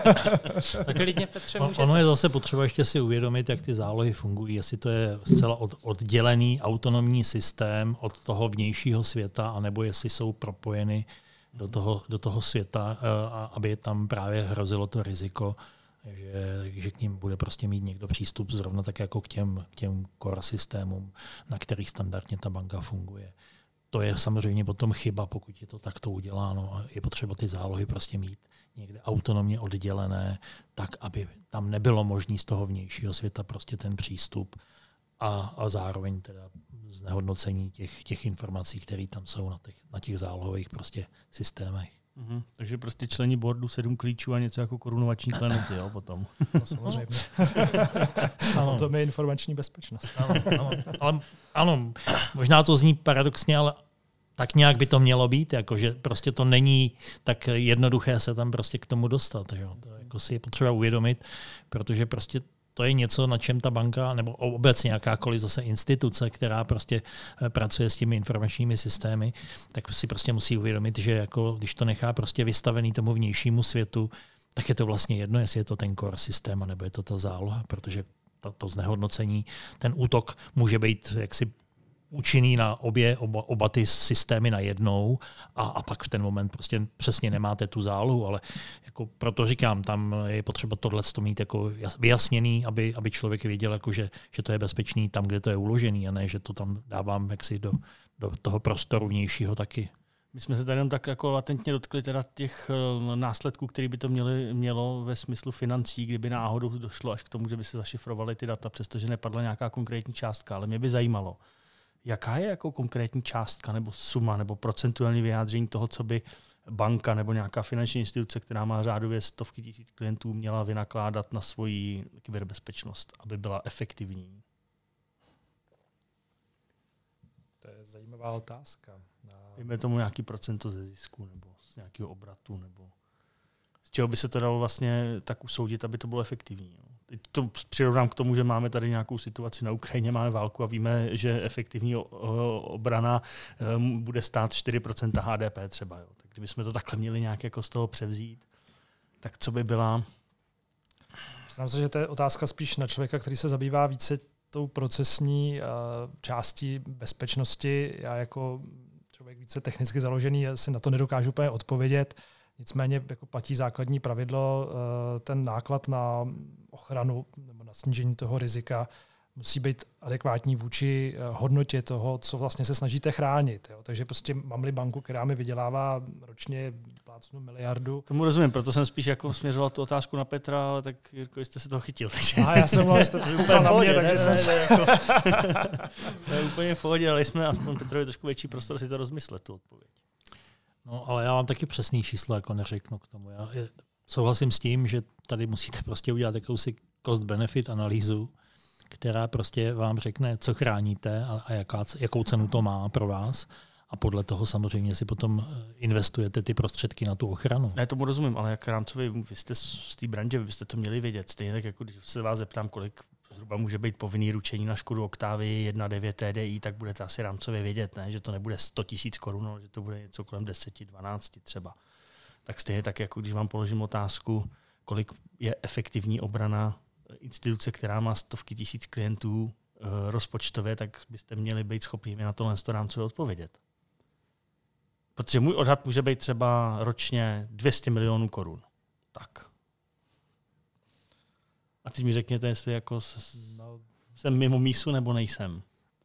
Speaker 2: Tak klidně, Petře, můžete.
Speaker 3: Ono je zase potřeba ještě si uvědomit, jak ty zálohy fungují, jestli to je zcela od, oddělený autonomní systém od toho vnějšího světa, anebo jestli jsou propojeny do toho, do toho světa, aby tam právě hrozilo to riziko, že, že k ním bude prostě mít někdo přístup zrovna tak jako k těm, k těm core systémům, na kterých standardně ta banka funguje. To je samozřejmě potom chyba, pokud je to takto uděláno. Je potřeba ty zálohy prostě mít někde autonomně oddělené, tak, aby tam nebylo možný z toho vnějšího světa prostě ten přístup a, a zároveň teda znehodnocení těch, těch informací, které tam jsou na těch, na těch zálohových prostě systémech.
Speaker 5: Mm-hmm. Takže prostě člení boardu sedm klíčů a něco jako korunovační klenoty, jo, potom.
Speaker 4: No, samozřejmě. Ano. To je informační bezpečnost.
Speaker 3: Ano, ano, ale, ano, možná to zní paradoxně, ale tak nějak by to mělo být, jakože prostě to není tak jednoduché se tam prostě k tomu dostat. Jo. To jako si je potřeba uvědomit, protože prostě to je něco, na čem ta banka, nebo obecně jakákoliv zase instituce, která prostě pracuje s těmi informačními systémy, tak si prostě musí uvědomit, že jako, když to nechá prostě vystavený tomu vnějšímu světu, tak je to vlastně jedno, jestli je to ten core systém, nebo je to ta záloha, protože to, to znehodnocení, ten útok může být jaksi účinný na obě, oba, oba ty systémy najednou a, a pak v ten moment prostě přesně nemáte tu zálohu, ale jako proto říkám, tam je potřeba tohle mít jako vyjasněný, aby, aby člověk věděl, jako že, že to je bezpečný tam, kde to je uložený a ne, že to tam dávám jaksi do, do toho prostoru vnějšího taky.
Speaker 5: My jsme se tady jenom tak jako latentně dotkli teda těch následků, které by to měly, mělo ve smyslu financí, kdyby náhodou došlo až k tomu, že by se zašifrovaly ty data, přestože nepadla nějaká konkrétní částka, ale mě by zajímalo, jaká je jako konkrétní částka nebo suma nebo procentuální vyjádření toho, co by banka nebo nějaká finanční instituce, která má řádově stovky tisíc klientů, měla vynakládat na svoji kyberbezpečnost, aby byla efektivní?
Speaker 4: To je zajímavá otázka.
Speaker 5: Dejme tomu nějaký procento ze zisku nebo z nějakého obratu, nebo z čeho by se to dalo vlastně tak usoudit, aby to bylo efektivní. Teď to přirovnám k tomu, že máme tady nějakou situaci na Ukrajině, máme válku a víme, že efektivní obrana bude stát čtyři procenta H D P třeba. Jo. Tak kdybychom to takhle měli nějak jako z toho převzít, tak co by byla
Speaker 4: Znám se, že to je otázka spíš na člověka, který se zabývá více tou procesní uh, částí bezpečnosti. Já jako člověk více technicky založený si na to nedokážu úplně odpovědět. Nicméně jako platí základní pravidlo, uh, ten náklad na ochranu nebo na snížení toho rizika musí být adekvátní vůči hodnotě toho, co vlastně se snažíte chránit. Jo. Takže prostě mám-li banku, která mi vydělává ročně plácnu miliardu.
Speaker 5: Tomu rozumím, proto jsem spíš jako směřoval tu otázku na Petra, ale tak Jirko, jste se toho chytil. Takže...
Speaker 4: A já jsem mluvil, jste úplně na mě, takže jsem se...
Speaker 5: To je úplně v pohodě, ale jsme aspoň Petrovi trošku větší prostor si to rozmyslet, tu odpověď.
Speaker 3: No, ale já vám taky přesný číslo jako neřeknu k tomu. Já souhlasím s tím, že tady musíte prostě udělat jakousi cost-benefit analýzu, která prostě vám řekne, co chráníte a, a jaká, jakou cenu to má pro vás. A podle toho samozřejmě si potom investujete ty prostředky na tu ochranu.
Speaker 5: Ne, tomu rozumím, ale jak rámcově, vy jste z té branže, vy byste to měli vědět. Stejně tak, jako když se vás zeptám, kolik zhruba může být povinný ručení na Škodu Octavii jedna devět T D I, tak budete asi rámcově vědět, ne? Že to nebude sto tisíc korun, ale že to bude něco kolem deset dvanáct třeba. Tak stejně tak, jako když vám položím otázku, kolik je efektivní obrana instituce, která má stovky tisíc klientů rozpočtově, tak byste měli být schopni mi na tohle rámcově odpovědět. Protože můj odhad může být třeba ročně dvě stě milionů korun. Tak. A teď mi řekněte, jestli jako s, no, jsem mimo mísu nebo nejsem.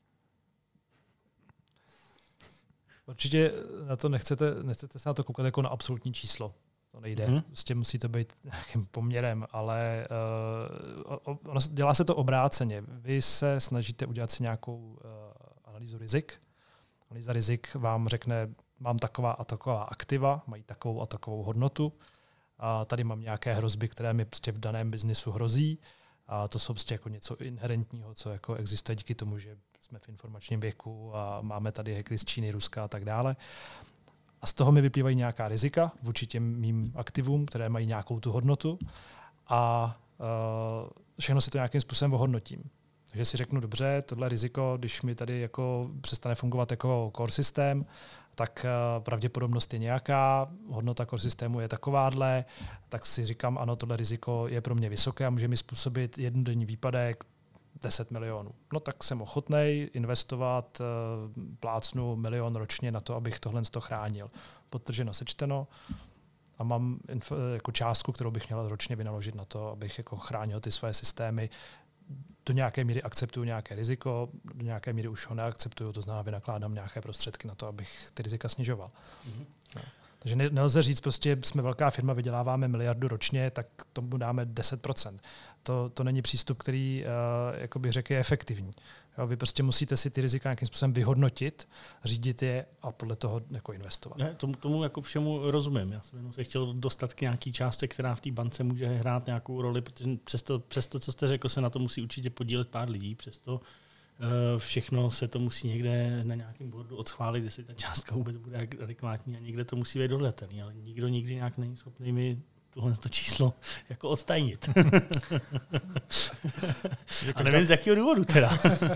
Speaker 4: Určitě na to nechcete, nechcete se na to koukat jako na absolutní číslo. To nejde. Hmm. Prostě musí to být nějakým poměrem, ale uh, ono, dělá se to obráceně. Vy se snažíte udělat si nějakou uh, analýzu rizik. Analýza rizik vám řekne, mám taková a taková aktiva, mají takovou a takovou hodnotu. A tady mám nějaké hrozby, které mi prostě v daném biznisu hrozí. A to jsou prostě jako něco inherentního, co jako existuje díky tomu, že jsme v informačním věku a máme tady hackery z Číny, Ruska a tak dále. A z toho mi vyplývají nějaká rizika vůči těm mým aktivům, které mají nějakou tu hodnotu. A uh, všechno si to nějakým způsobem ohodnotím. Takže si řeknu, dobře, tohle riziko, když mi tady jako přestane fungovat jako core systém, tak uh, pravděpodobnost je nějaká, hodnota core systému je takováhle, tak si říkám, ano, tohle riziko je pro mě vysoké a může mi způsobit jednodenní výpadek deset milionů. No tak jsem ochotnej investovat, uh, plácnu milion ročně na to, abych tohle chránil. Podtrženo, sečteno a mám inf- jako částku, kterou bych měl ročně vynaložit na to, abych jako chránil ty své systémy. Do nějaké míry akceptuju nějaké riziko, do nějaké míry už ho neakceptuju, to znamená, vynakládám nějaké prostředky na to, abych ty rizika snižoval. Mm-hmm. No. Takže nelze říct, prostě jsme velká firma, vyděláváme miliardu ročně, tak tomu dáme deset procent. To, to není přístup, který, uh, jako bych řekl, je efektivní. Jo, vy prostě musíte si ty rizika nějakým způsobem vyhodnotit, řídit je a podle toho jako investovat.
Speaker 5: Ne, tomu, tomu jako všemu rozumím. Já jsem jenom se chtěl dostat k nějaký částce, která v té bance může hrát nějakou roli, protože přesto, přesto, co jste řekl, se na to musí určitě podílet pár lidí, přesto uh, všechno se to musí někde na nějakém boardu odschválit, jestli ta částka vůbec bude adekvátní a někde to musí být dohledatelný, ale nikdo nikdy nějak není schopný mi tohle to číslo jako odstajnit. A nevím, z jakého důvodu teda.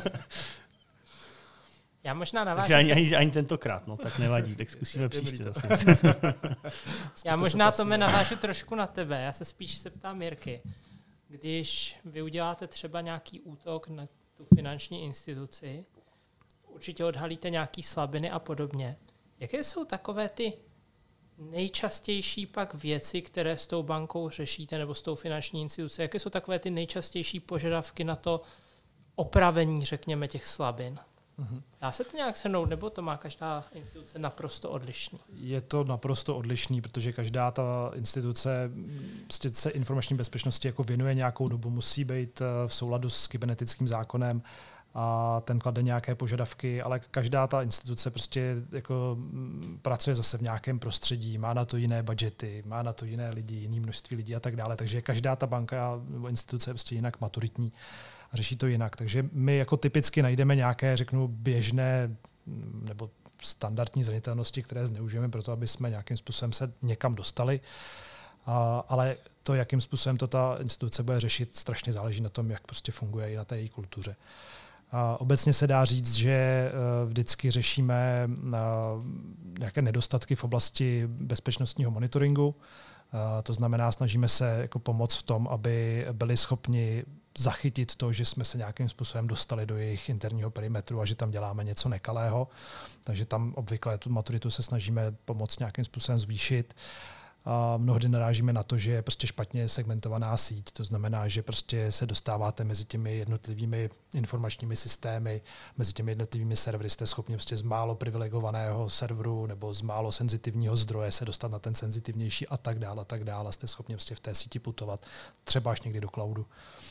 Speaker 2: Já možná navážu.
Speaker 5: Takže ani, ani, ani tentokrát, no, tak nevadí, tak zkusíme příště zase.
Speaker 2: Já možná to navážu trošku na tebe, já se spíš se ptám Jirky. Když vy uděláte třeba nějaký útok na tu finanční instituci, určitě odhalíte nějaký slabiny a podobně. Jaké jsou takové ty nejčastější pak věci, které s tou bankou řešíte nebo s tou finanční institucí? Jaké jsou takové ty nejčastější požadavky na to opravení, řekněme, těch slabin? Mm-hmm. Dá se to nějak shrnout, nebo to má každá instituce naprosto odlišný?
Speaker 4: Je to naprosto odlišný, protože každá ta instituce prostě se informační bezpečnosti jako věnuje nějakou dobu, musí být v souladu s kybernetickým zákonem a ten klade nějaké požadavky, ale každá ta instituce prostě jako pracuje zase v nějakém prostředí, má na to jiné budžety, má na to jiné lidi, jiné množství lidí a tak dále, takže každá ta banka nebo instituce je prostě jinak maturitní a řeší to jinak. Takže my jako typicky najdeme nějaké, řeknu, běžné nebo standardní zranitelnosti, které zneužijeme pro to, aby jsme nějakým způsobem se někam dostali, a, ale to, jakým způsobem to ta instituce bude řešit, strašně záleží na tom, jak prostě funguje i na té její kultuře. A obecně se dá říct, že vždycky řešíme nějaké nedostatky v oblasti bezpečnostního monitoringu. To znamená, snažíme se jako pomoct v tom, aby byli schopni zachytit to, že jsme se nějakým způsobem dostali do jejich interního perimetru a že tam děláme něco nekalého. Takže tam obvykle tu maturitu se snažíme pomoct nějakým způsobem zvýšit. A mnohdy narážíme na to, že je prostě špatně segmentovaná síť. To znamená, že prostě se dostáváte mezi těmi jednotlivými informačními systémy, mezi těmi jednotlivými servery. Jste schopni prostě z málo privilegovaného serveru nebo z málo senzitivního zdroje se dostat na ten senzitivnější a tak dále, a tak dále. Jste schopni prostě v té síti putovat, třeba až někdy do cloudu.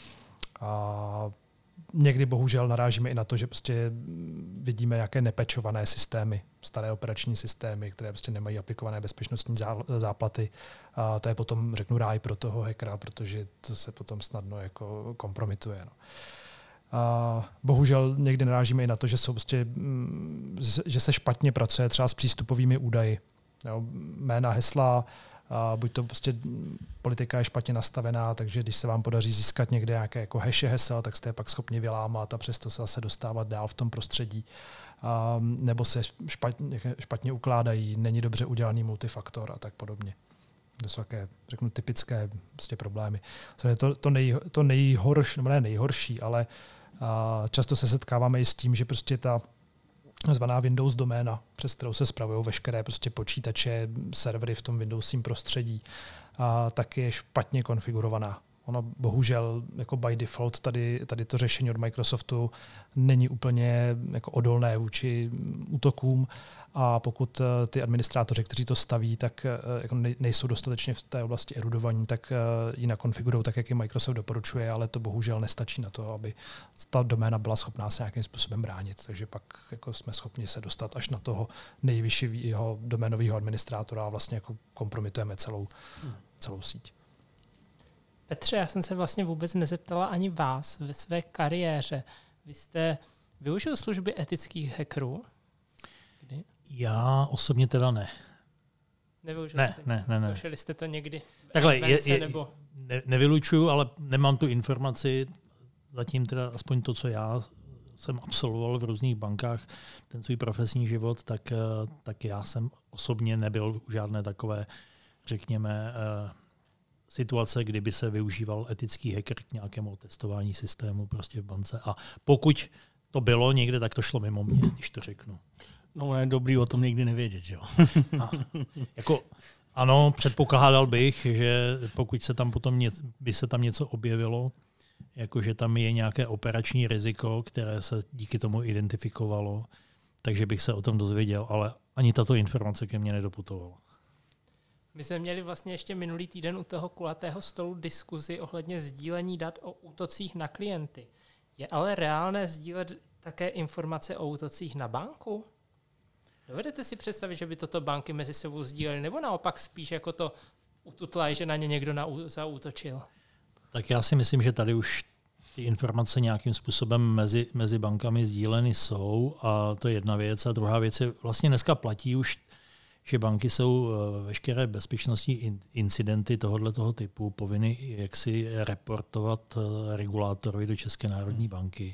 Speaker 4: A někdy bohužel narážíme i na to, že prostě vidíme, jaké nepečované systémy, staré operační systémy, které prostě nemají aplikované bezpečnostní záplaty. A to je potom, řeknu, ráj pro toho hackera, protože to se potom snadno jako kompromituje. No. A bohužel někdy narážíme i na to, že, jsou prostě, že se špatně pracuje třeba s přístupovými údaji. Jo, jména, hesla, a buď to prostě politika je špatně nastavená, takže když se vám podaří získat někde nějaké jako hashe hesel, tak jste je pak schopni vylámat a přesto se zase dostávat dál v tom prostředí. A nebo se špatně, špatně ukládají, není dobře udělaný multifaktor a tak podobně. To jsou také, řeknu, typické prostě problémy. To, to, nej, to nejhorší, nebo ne nejhorší, ale a často se setkáváme i s tím, že prostě ta zvaná Windows doména, přes kterou se spravují veškeré prostě počítače, servery v tom Windowsím prostředí, a tak je špatně konfigurovaná. Ono bohužel jako by default tady, tady to řešení od Microsoftu není úplně jako odolné vůči útokům a pokud ty administrátoři, kteří to staví, tak jako nejsou dostatečně v té oblasti erudovaní, tak ji nakonfigurují tak, jak ji Microsoft doporučuje, ale to bohužel nestačí na to, aby ta doména byla schopná se nějakým způsobem bránit. Takže pak jako jsme schopni se dostat až na toho nejvyššího doménového administrátora a vlastně jako kompromitujeme celou, celou síť.
Speaker 2: Petře, já jsem se vlastně vůbec nezeptala ani vás ve své kariéře. Vy jste využil služby etických hackerů? Kdy?
Speaker 3: Já osobně teda ne.
Speaker 2: Nevyužil
Speaker 3: ne,
Speaker 2: jste?
Speaker 3: Ne, ne, ne.
Speaker 2: Využili jste to někdy v
Speaker 3: Takhle, je, je,
Speaker 2: nebo?
Speaker 3: Ne, nevylučuju, ale nemám tu informaci, zatím teda aspoň to, co já jsem absolvoval v různých bankách, ten svůj profesní život, tak, tak já jsem osobně nebyl v žádné takové, řekněme, situace, kdyby se využíval etický hacker k nějakému testování systému prostě v bance. A pokud to bylo někde, tak to šlo mimo mě, když to řeknu.
Speaker 5: No, je dobrý o tom nikdy nevědět, že jo?
Speaker 3: A, jako, ano, předpokládal bych, že pokud se tam potom ně, by se tam něco objevilo, jakože tam je nějaké operační riziko, které se díky tomu identifikovalo, takže bych se o tom dozvěděl, ale ani tato informace ke mně nedoputovala.
Speaker 2: My jsme měli vlastně ještě minulý týden u toho kulatého stolu diskuzi ohledně sdílení dat o útocích na klienty. Je ale reálné sdílet také informace o útocích na banku? Dovedete si představit, že by toto banky mezi sebou sdílely, nebo naopak spíš jako to ututlají, že na ně někdo zaútočil?
Speaker 3: Tak já si myslím, že tady už ty informace nějakým způsobem mezi, mezi bankami sdíleny jsou a to je jedna věc. A druhá věc je, vlastně dneska platí už, že banky jsou veškeré bezpečnostní incidenty tohoto typu povinny jaksi reportovat regulátorovi do České národní banky.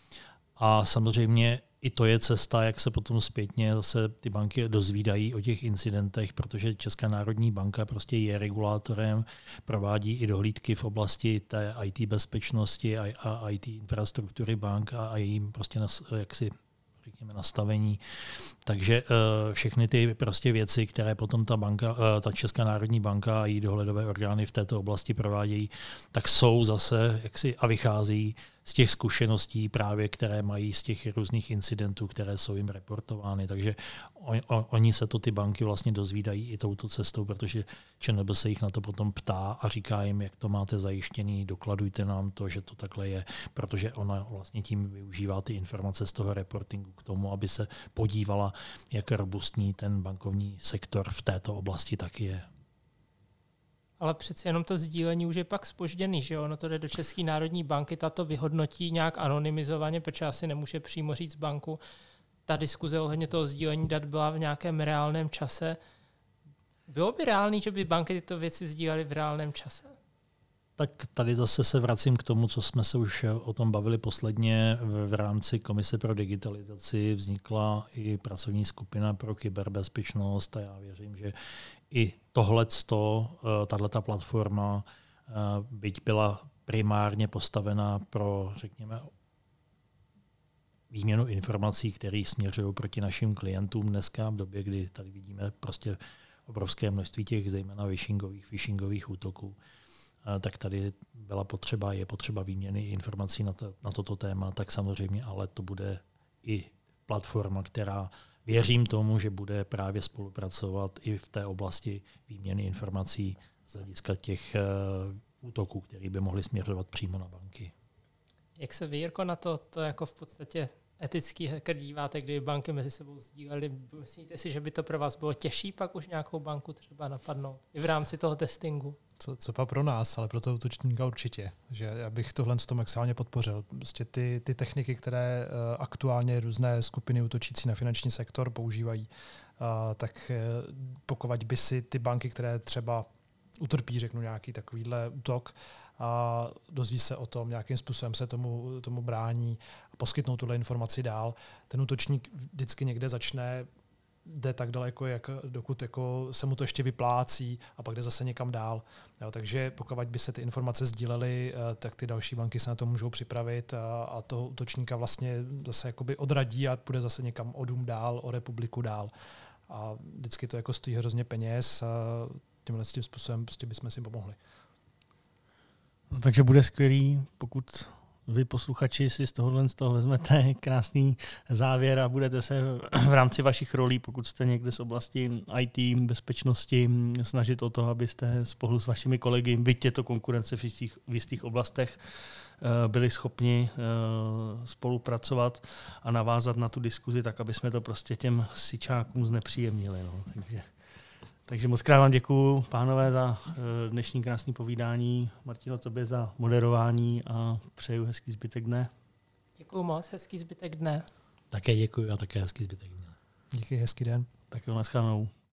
Speaker 3: A samozřejmě i to je cesta, jak se potom zpětně zase ty banky dozvídají o těch incidentech, protože Česká národní banka prostě je regulátorem, provádí i dohlídky v oblasti té í té bezpečnosti a í té infrastruktury bank a jejím prostě jaksi řekněme, nastavení. Takže uh, všechny ty prostě věci, které potom ta banka, uh, ta Česká národní banka a její dohledové orgány v této oblasti provádějí, tak jsou zase jaksi a vychází z těch zkušeností právě, které mají z těch různých incidentů, které jsou jim reportovány. Takže on, on, oni se to ty banky vlastně dozvídají i touto cestou, protože ČNB se jich na to potom ptá a říká jim, jak to máte zajištěný, dokladujte nám to, že to takhle je, protože ona vlastně tím využívá ty informace z toho reportingu k tomu, aby se podívala, jak robustní ten bankovní sektor v této oblasti taky je.
Speaker 2: Ale přeci jenom to sdílení už je pak zpožděný, že ono to jde do České národní banky, ta to vyhodnotí nějak anonymizovaně, protože asi nemůže přímo říct banku. Ta diskuze ohledně toho sdílení dat byla v nějakém reálném čase. Bylo by reálný, že by banky tyto věci sdílely v reálném čase?
Speaker 3: Tak tady zase se vracím k tomu, co jsme se už o tom bavili posledně. V rámci Komise pro digitalizaci vznikla i pracovní skupina pro kyberbezpečnost a já věřím, že i tohleto, tato platforma, byť byla primárně postavená pro, řekněme, výměnu informací, které směřují proti našim klientům dneska v době, kdy tady vidíme prostě obrovské množství těch zejména phishingových, phishingových útoků, tak tady byla potřeba, je potřeba výměny informací na, to, na toto téma, tak samozřejmě, ale to bude i platforma, která věřím tomu, že bude právě spolupracovat i v té oblasti výměny informací z hlediska těch uh, útoků, které by mohly směřovat přímo na banky.
Speaker 2: Jak se vy, Jirko, na to, to jako v podstatě etický hacker díváte, kdy banky mezi sebou sdílely? Myslíte si, že by to pro vás bylo těžší pak už nějakou banku třeba napadnout i v rámci toho testingu?
Speaker 4: Co, co pa pro nás, ale pro toho útočníka určitě. Že já bych tohle to maximálně podpořil. Prostě ty, ty techniky, které uh, aktuálně různé skupiny útočící na finanční sektor používají, uh, tak uh, pokud by si ty banky, které třeba utrpí, řeknu, nějaký takovýhle útok a dozví se o tom, nějakým způsobem se tomu, tomu brání a poskytnou tuhle informaci dál, ten útočník vždycky někde začne, jde tak daleko, jak, dokud jako se mu to ještě vyplácí a pak jde zase někam dál. Jo, takže pokud by se ty informace sdílely, tak ty další banky se na to můžou připravit a, a toho útočníka vlastně zase jakoby odradí a půjde zase někam o dům dál, o republiku dál. A vždycky to jako stojí hrozně peněz a tímhle s tím způsobem prostě bychom si pomohli.
Speaker 5: No, takže bude skvělý, pokud vy posluchači si z tohohle z toho vezmete krásný závěr a budete se v rámci vašich rolí, pokud jste někde z oblasti í té, bezpečnosti, snažit o to, abyste spolu s vašimi kolegy, byť je to konkurence v jistých, v jistých oblastech, byli schopni spolupracovat a navázat na tu diskuzi tak, aby jsme to prostě těm sičákům znepříjemnili. No. Takže Takže moc krát vám děkuju, pánové, za dnešní krásné povídání. Martino, tobě za moderování a přeju hezký zbytek dne.
Speaker 2: Děkuju moc, hezký zbytek dne.
Speaker 3: Také děkuji a také hezký zbytek dne.
Speaker 4: Díky, hezký den.
Speaker 5: Tak jo, naschledanou.